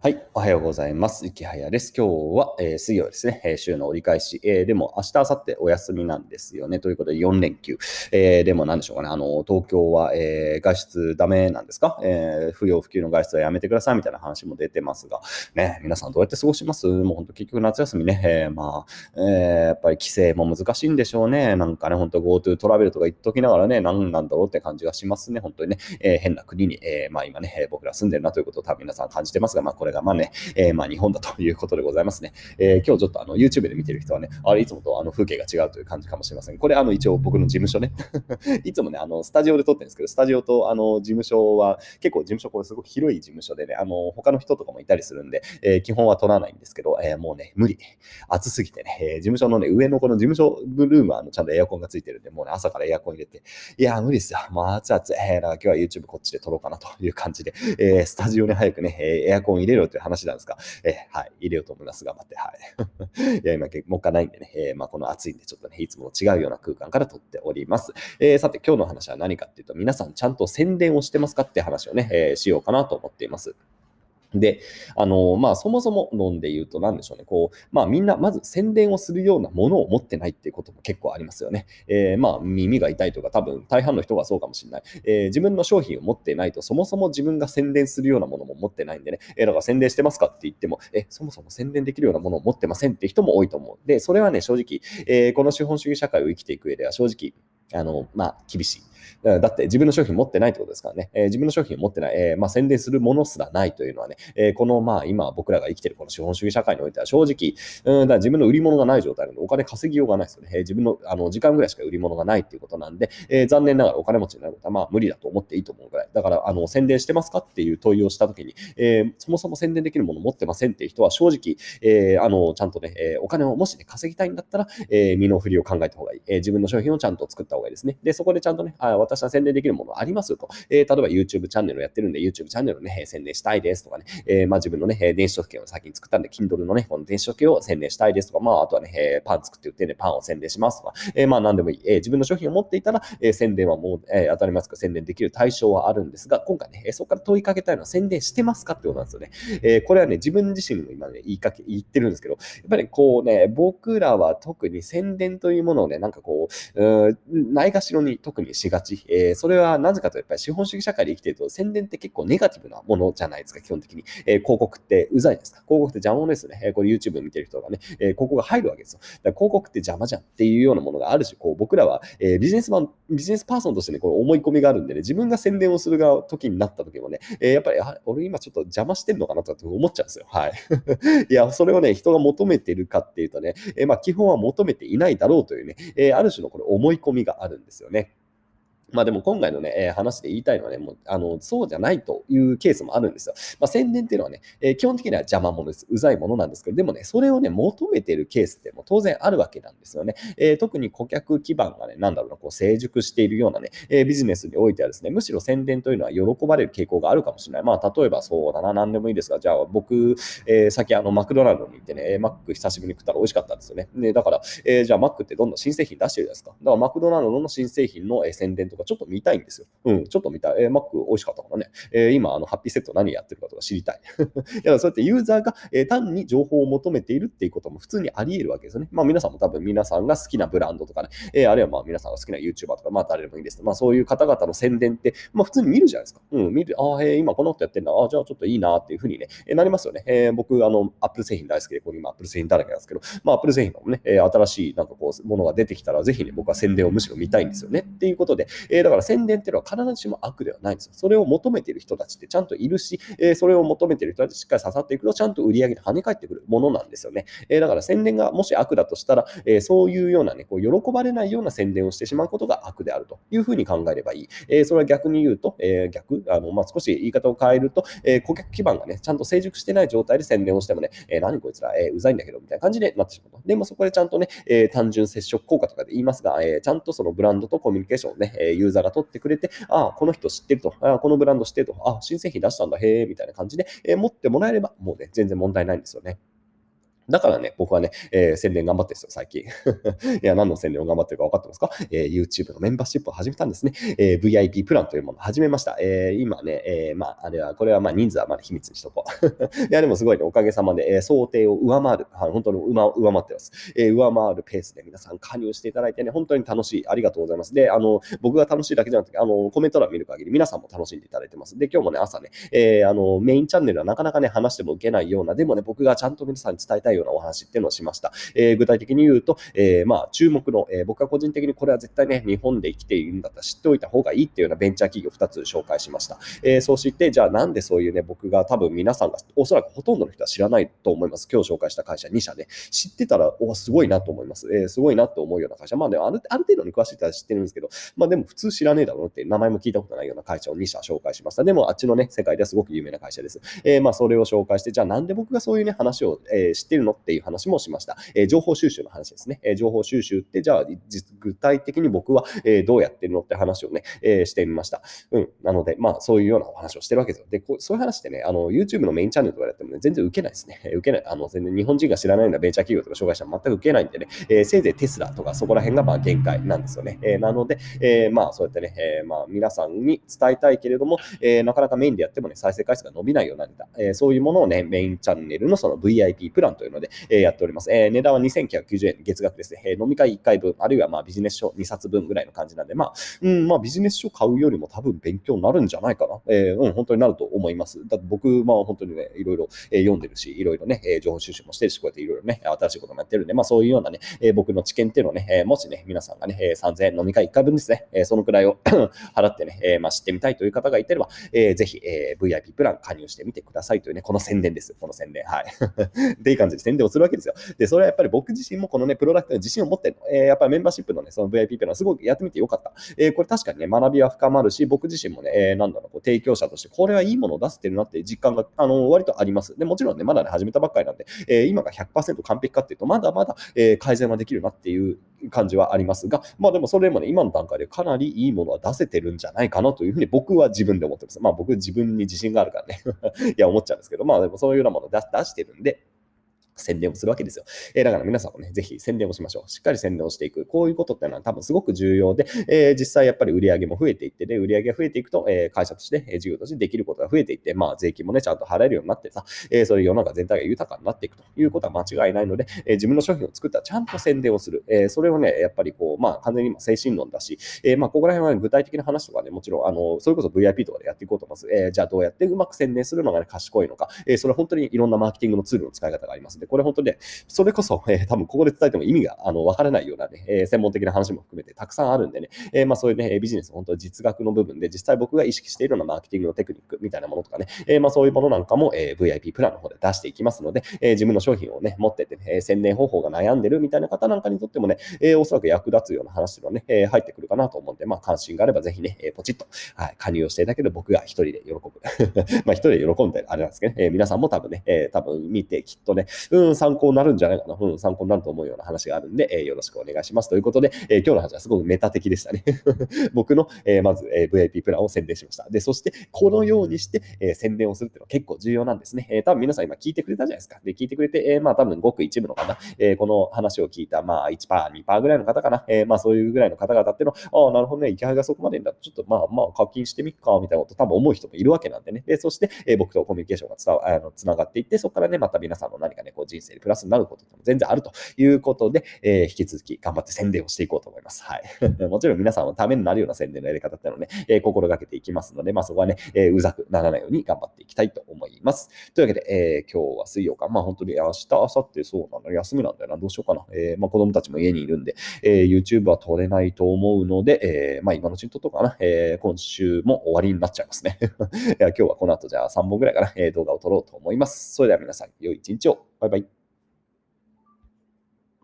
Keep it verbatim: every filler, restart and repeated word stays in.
はい、おはようございます。池早です。今日は、えー水曜日ですね、えー週の折り返し、えーでも明日、明後日お休みなんですよね。ということでよん連休。えーでも何でしょうかね、あの、東京は、えー外出ダメなんですか、えー不要不急の外出はやめてくださいみたいな話も出てますが、ね、皆さんどうやって過ごします？もう本当結局夏休みね、えーまあ、えーやっぱり規制も難しいんでしょうね。なんかね、本当 GoTo トラベルとか言っときながらね、何なんだろうって感じがしますね。本当にね、えー変な国に、えーまあ今ね、えー僕ら住んでるなということを多分皆さん感じてますが、まあこれがまあね、えーまあ日本だということでございますね。えー今日ちょっとあの YouTube で見てる人はね、あれいつもとあの風景が違うという感じかもしれません。これあの一応僕の事務所ね、いつもね、あのスタジオで撮ってるんですけど、スタジオとあの事務所は結構事務所これすごく広い事務所でね、あの他の人とかもいたりするんで、えー基本は撮らないんですけど、えーもうね、無理。暑すぎてね、えー事務所のね、上のこの事務所ルームはあのちゃんとエアコンがついてるんで、もうね、朝からエアコン入れて、いやー、無理ですよ。もう暑々、えー、だから今日は YouTube こっちで撮ろうかなという感じで、えースタジオに早くね、えーエアコン入れろという話なんですが、えーはい、入れようと思います。頑張って、はい。いや、今、もうかないんでね、えーまあ、この暑いんで、ちょっとね、いつもと違うような空間から撮っております。えーさて、今日の話は何かっていうと、皆さんちゃんと宣伝をしてますかって話をね、えーしようかなと思っています。で、あの、まあ、そもそも論で言うと、なんでしょうね、こう、まあ、みんな、まず宣伝をするようなものを持ってないっていうことも結構ありますよね。えーまあ、耳が痛いとか、多分、大半の人がそうかもしれない。えー自分の商品を持っていないと、そもそも自分が宣伝するようなものも持ってないんでね、えーだから宣伝してますかって言っても、え、そもそも宣伝できるようなものを持ってませんっていう人も多いと思う。で、それはね、正直、えーこの資本主義社会を生きていく上では、正直、あの、まあ、厳しい。だって自分の商品持ってないってことですからね。えー自分の商品を持ってない、えーまあ、宣伝するものすらないというのはね、えーこのまあ今僕らが生きているこの資本主義社会においては正直、うん、だから自分の売り物がない状態なのでお金稼ぎようがないですよね。えー自分のあの時間ぐらいしか売り物がないっていうことなんで、えー残念ながらお金持ちになることはまあ無理だと思っていいと思うぐらい。だからあの宣伝してますかっていう問いをしたときに、えーそもそも宣伝できるもの持ってませんっていう人は正直、えーあのちゃんとね、えーお金をもしね稼ぎたいんだったら、えー身の振りを考えた方がいい、えー自分の商品をちゃんと作った方がいいですね。で、そこでちゃんとね、あ私は宣伝できるものありますよと。えー例えば YouTube チャンネルをやってるんで、YouTube チャンネルをね、宣伝したいですとかね、えーまあ自分のね、電子書籍を先に作ったんで、Kindle のね、この電子書籍を宣伝したいですとか、まああとはね、えーパン作って売ってね、パンを宣伝しますとか、えーまあ何でもいい。えー自分の商品を持っていたら、えー宣伝はもう、えー当たり前ですか宣伝できる対象はあるんですが、今回ね、えーそこから問いかけたいのは宣伝してますかってことなんですよね。えーこれはね、自分自身も今ね、言いかけ、言ってるんですけど、やっぱりこうね、僕らは特に宣伝というものをね、なんかこう、うーないがしろに特にしがち。えーそれはなぜかというと、やっぱり資本主義社会で生きていると、宣伝って結構ネガティブなものじゃないですか、基本的に。えー広告ってうざいですか。広告って邪魔ですよね。えーこれ YouTube 見てる人がね、えー広告が入るわけですよ。だから広告って邪魔じゃんっていうようなものがあるし、こう僕らは、えービジネスマン、ビジネスパーソンとしてね、こう思い込みがあるんでね、自分が宣伝をする側時になった時もね、えーやっぱり、あ俺今ちょっと邪魔してんのかなとかって思っちゃうんですよ。はい。いや、それをね、人が求めてるかっていうとね、えーまあ基本は求めていないだろうというね、えーある種のこれ思い込みがあるんですよね。まあでも今回のね、えー話で言いたいのはね、もう、あの、そうじゃないというケースもあるんですよ。まあ宣伝っていうのはね、えー基本的には邪魔者です。うざいものなんですけど、でもね、それをね、求めているケースってもう当然あるわけなんですよね。えー特に顧客基盤がね、なんだろうな、こう成熟しているようなね、えービジネスにおいてはですね、むしろ宣伝というのは喜ばれる傾向があるかもしれない。まあ例えばそうだな、なんでもいいですが、じゃあ僕、えー、さっきあのマクドナルドに行ってね、えーマック久しぶりに食ったら美味しかったんですよね。で、だから、えーじゃあマックってどんどん新製品出してるじゃないですか。だからマクドナルドの新製品の、えー宣伝とかちょっと見たいんですよ。うん、ちょっと見たい。えーマック美味しかったからね。えー今、あの、ハッピーセット何やってるかとか知りたい。いや、そうやってユーザーが、えー単に情報を求めているっていうことも普通にあり得るわけですよね。まあ皆さんも多分皆さんが好きなブランドとかね、えーあるいはまあ皆さんが好きな YouTuber とか、まあ誰でもいいです。まあそういう方々の宣伝って、まあ普通に見るじゃないですか。うん、見る。ああ、えー今この人やってんだ。ああ、じゃあちょっといいなっていうふうにね、えーなりますよね。えー僕、あの、Apple 製品大好きで、ここに今 Apple 製品だらけなんですけど、まあ Apple 製品のね、えー新しいなんかこう、ものが出てきたら、ぜひね、僕は宣伝をむしろ見たいんですよね。っていうことで、えーだから宣伝っていうのは必ずしも悪ではないんですよ。それを求めている人たちってちゃんといるし、えーそれを求めている人たちしっかり刺さっていくと、ちゃんと売り上げに跳ね返ってくるものなんですよね。えーだから宣伝がもし悪だとしたら、えーそういうようなね、こう喜ばれないような宣伝をしてしまうことが悪であるというふうに考えればいい。えーそれは逆に言うと、えー逆、あの、まあ、少し言い方を変えると、えー顧客基盤がね、ちゃんと成熟してない状態で宣伝をしてもね、えー何こいつら、えーうざいんだけど、みたいな感じでなってしまうと。でもそこでちゃんとね、えー単純接触効果とかで言いますが、えーちゃんとそのブランドとコミュニケーションをね、えーユーザーが取ってくれて、ああ、この人知ってると、ああ、このブランド知ってると、ああ、新製品出したんだ、へえ、みたいな感じで、えー持ってもらえれば、もうね、全然問題ないんですよね。 だからね、僕はね、えー宣伝頑張ってるんですよ、最近。いや、何の宣伝を頑張ってるか分かってますか？えー YouTube のメンバーシップを始めたんですね。えー ブイアイピー プランというものを始めました。えー今ね、えーまあ、あれは、これはまあ人数はまだ秘密にしとこう。いや、でもすごいね、おかげさまで、えー想定を上回る、はい、本当に上上回ってます。えー上回るペースで皆さん加入していただいてね、本当に楽しい。ありがとうございます。で、あの、僕が楽しいだけじゃなくて、あの、コメント欄見る限り皆さんも楽しんでいただいてます。で、今日もね、朝ね、えーあの、メインチャンネルはなかなかね、話しても受けないような、でもね、僕がちゃんと皆さんに伝えたいようなお話っていうのをしました。えー具体的に言うと、えーまあ、注目の、えー僕は個人的にこれは絶対ね、日本で生きているんだったら知っておいた方がいいっていうようなベンチャー企業ふたつ紹介しました。えーそうして、じゃあなんでそういうね、僕が多分皆さんが、おそらくほとんどの人は知らないと思います。今日紹介した会社に社で、知ってたら、お、すごいなと思います。えーすごいなと思うような会社。まあね、あるある程度に詳しい人は知ってるんですけど、まあでも普通知らねえだろうって名前も聞いたことないような会社をに社紹介しました。でもあっちのね、世界ではすごく有名な会社です。えーまあそれを紹介して、じゃあなんで僕がそういうね、話を、えー知ってるのっていう話もしました。えー情報収集の話ですね。えー情報収集って、じゃあ具体的に僕は、えーどうやってるのって話をね、えーしてみました。うん。なので、まあそういうようなお話をしてるわけですよ。で、こうそういう話ってね、あの、YouTube のメインチャンネルとかやってもね、全然受けないですね。えー受けない。あの、全然日本人が知らないようなベンチャー企業とか紹介したら全く受けないんでね、えーせいぜいテスラとかそこら辺がまあ限界なんですよね。えーなので、えーまあそうやってね、えーまあ皆さんに伝えたいけれども、えーなかなかメインでやってもね、再生回数が伸びないようなネタ、えーそういうものをね、メインチャンネルのその ブイアイピー プランというので、えーやっております。えー値段はにせんきゅうひゃくきゅうじゅうえん、月額ですね。えー飲み会いっかいぶん、あるいはまあビジネス書にさつぶんぐらいの感じなんで、まあ、うん、まあビジネス書買うよりも多分勉強になるんじゃないかな。えーうん、本当になると思います。だって僕、まあ本当にね、いろいろ、えー読んでるし、いろいろね、えー情報収集もしてるし、こうやっていろいろね、新しいこともやってるんで、まあそういうようなね、えー僕の知見っていうのをね、えーもしね、皆さんがね、えーさんぜんえん飲み会いっかいぶんですね、えーそのくらいを払ってね、えーまあ知ってみたいという方がいてれば、えーぜひ、えー ブイアイピー プラン加入してみてくださいというね、この宣伝です。この宣伝。はい。っていう感じで宣伝をするわけですよ。で、それはやっぱり僕自身もこのね、プロダクトに自信を持ってるの。えーやっぱりメンバーシップのね、その ブイアイピー プランすごくやってみてよかった。えーこれ確かにね、学びは深まるし、僕自身もね、えーなんだろう、こう提供者として、これはいいものを出せてるなっていう実感が、あの割とあります。で、もちろんね、まだね、始めたばっかりなんで、えー今がひゃくパーセント完璧かっていうと、まだまだ、えー改善はできるなっていう感じはありますが、まあでもそれでもね、今の段階でかなりいいものは出せてるんじゃないかなというふうに僕は自分で思ってます。まあ僕自分に自信があるからね、いや思っちゃうんですけど、まあでもそういうようなものを出出してるんで、宣伝をするわけですよ。えーだから皆さんもね、ぜひ宣伝をしましょう。しっかり宣伝をしていく。こういうことっていうのは多分すごく重要で、えー実際やっぱり売り上げも増えていって、で、売り上げが増えていくと、えー会社として、えー事業としてできることが増えていって、まあ税金もね、ちゃんと払えるようになってさ、えーそういう世の中全体が豊かになっていくということは間違いないので、えー自分の商品を作ったらちゃんと宣伝をする。えーそれをね、やっぱりこう、まあ完全に今精神論だし、えーまあここら辺は具体的な話とかね、もちろん、あの、それこそ ブイアイピー とかでやっていこうと思います。えーじゃあどうやってうまく宣伝するのがね、賢いのか。えーそれは本当にいろんなマーケティングのツールの使い方がありますので、これ本当にね、それこそ、えー多分ここで伝えても意味があの分からないようなね、えー専門的な話も含めてたくさんあるんでね、えーまあ、そういうね、ビジネス、本当に実学の部分で、実際僕が意識しているようなマーケティングのテクニックみたいなものとかね、えーまあ、そういうものなんかも、えー ブイアイピー プランの方で出していきますので、えー自分の商品をね、持ってて、ね、えー宣伝方法が悩んでるみたいな方なんかにとってもね、えーおそらく役立つような話がね、えー入ってくるかなと思うんで、まあ、関心があればぜひね、えーポチッと、はい、加入をしていただける僕が一人で喜ぶ。まあ、一人で喜んであれなんですけどね、えー皆さんも多分ね、えー多分見てきっとね、うん、参考になるんじゃないかな、うん、参考になると思うような話があるんで、えーよろしくお願いします。ということで、えー今日の話はすごくメタ的でしたね。僕の、えーまず、えー ブイアイピー プランを宣伝しました。で、そして、このようにして、えー宣伝をするっていうのは結構重要なんですね。えー多分皆さん今聞いてくれたじゃないですか。で、聞いてくれて、えーまあ多分ごく一部のかな、えーこの話を聞いた、まあいちパーセント、にパーセントぐらいの方かな、えーまあそういうぐらいの方々っていうのは、ああ、なるほどね、生きがいがそこまでんだ。ちょっとまあまあ課金してみっか、みたいなこと多分思う人もいるわけなんでね。で、そして、えー僕とコミュニケーションがつわあのつながっていって、そこからね、また皆さんの何かね、こう人生にプラスになることも全然あるということで、えー引き続き頑張って宣伝をしていこうと思います。はい。もちろん皆さんのためになるような宣伝のやり方っていうのをね、えー心がけていきますので、まあそこはね、えーうざくならないように頑張っていきたいと思います。というわけで、えー今日は水曜か。まあ本当に明日、明後日そうなんだ。休みなんだよな。どうしようかな。えーまあ子供たちも家にいるんで、えー YouTube は撮れないと思うので、えーまあ今のうちに撮っとこうかな。えー今週も終わりになっちゃいますね。いや今日はこの後じゃあさんぼんぐらいかな、えー動画を撮ろうと思います。それでは皆さん、良い一日を。バイバイ。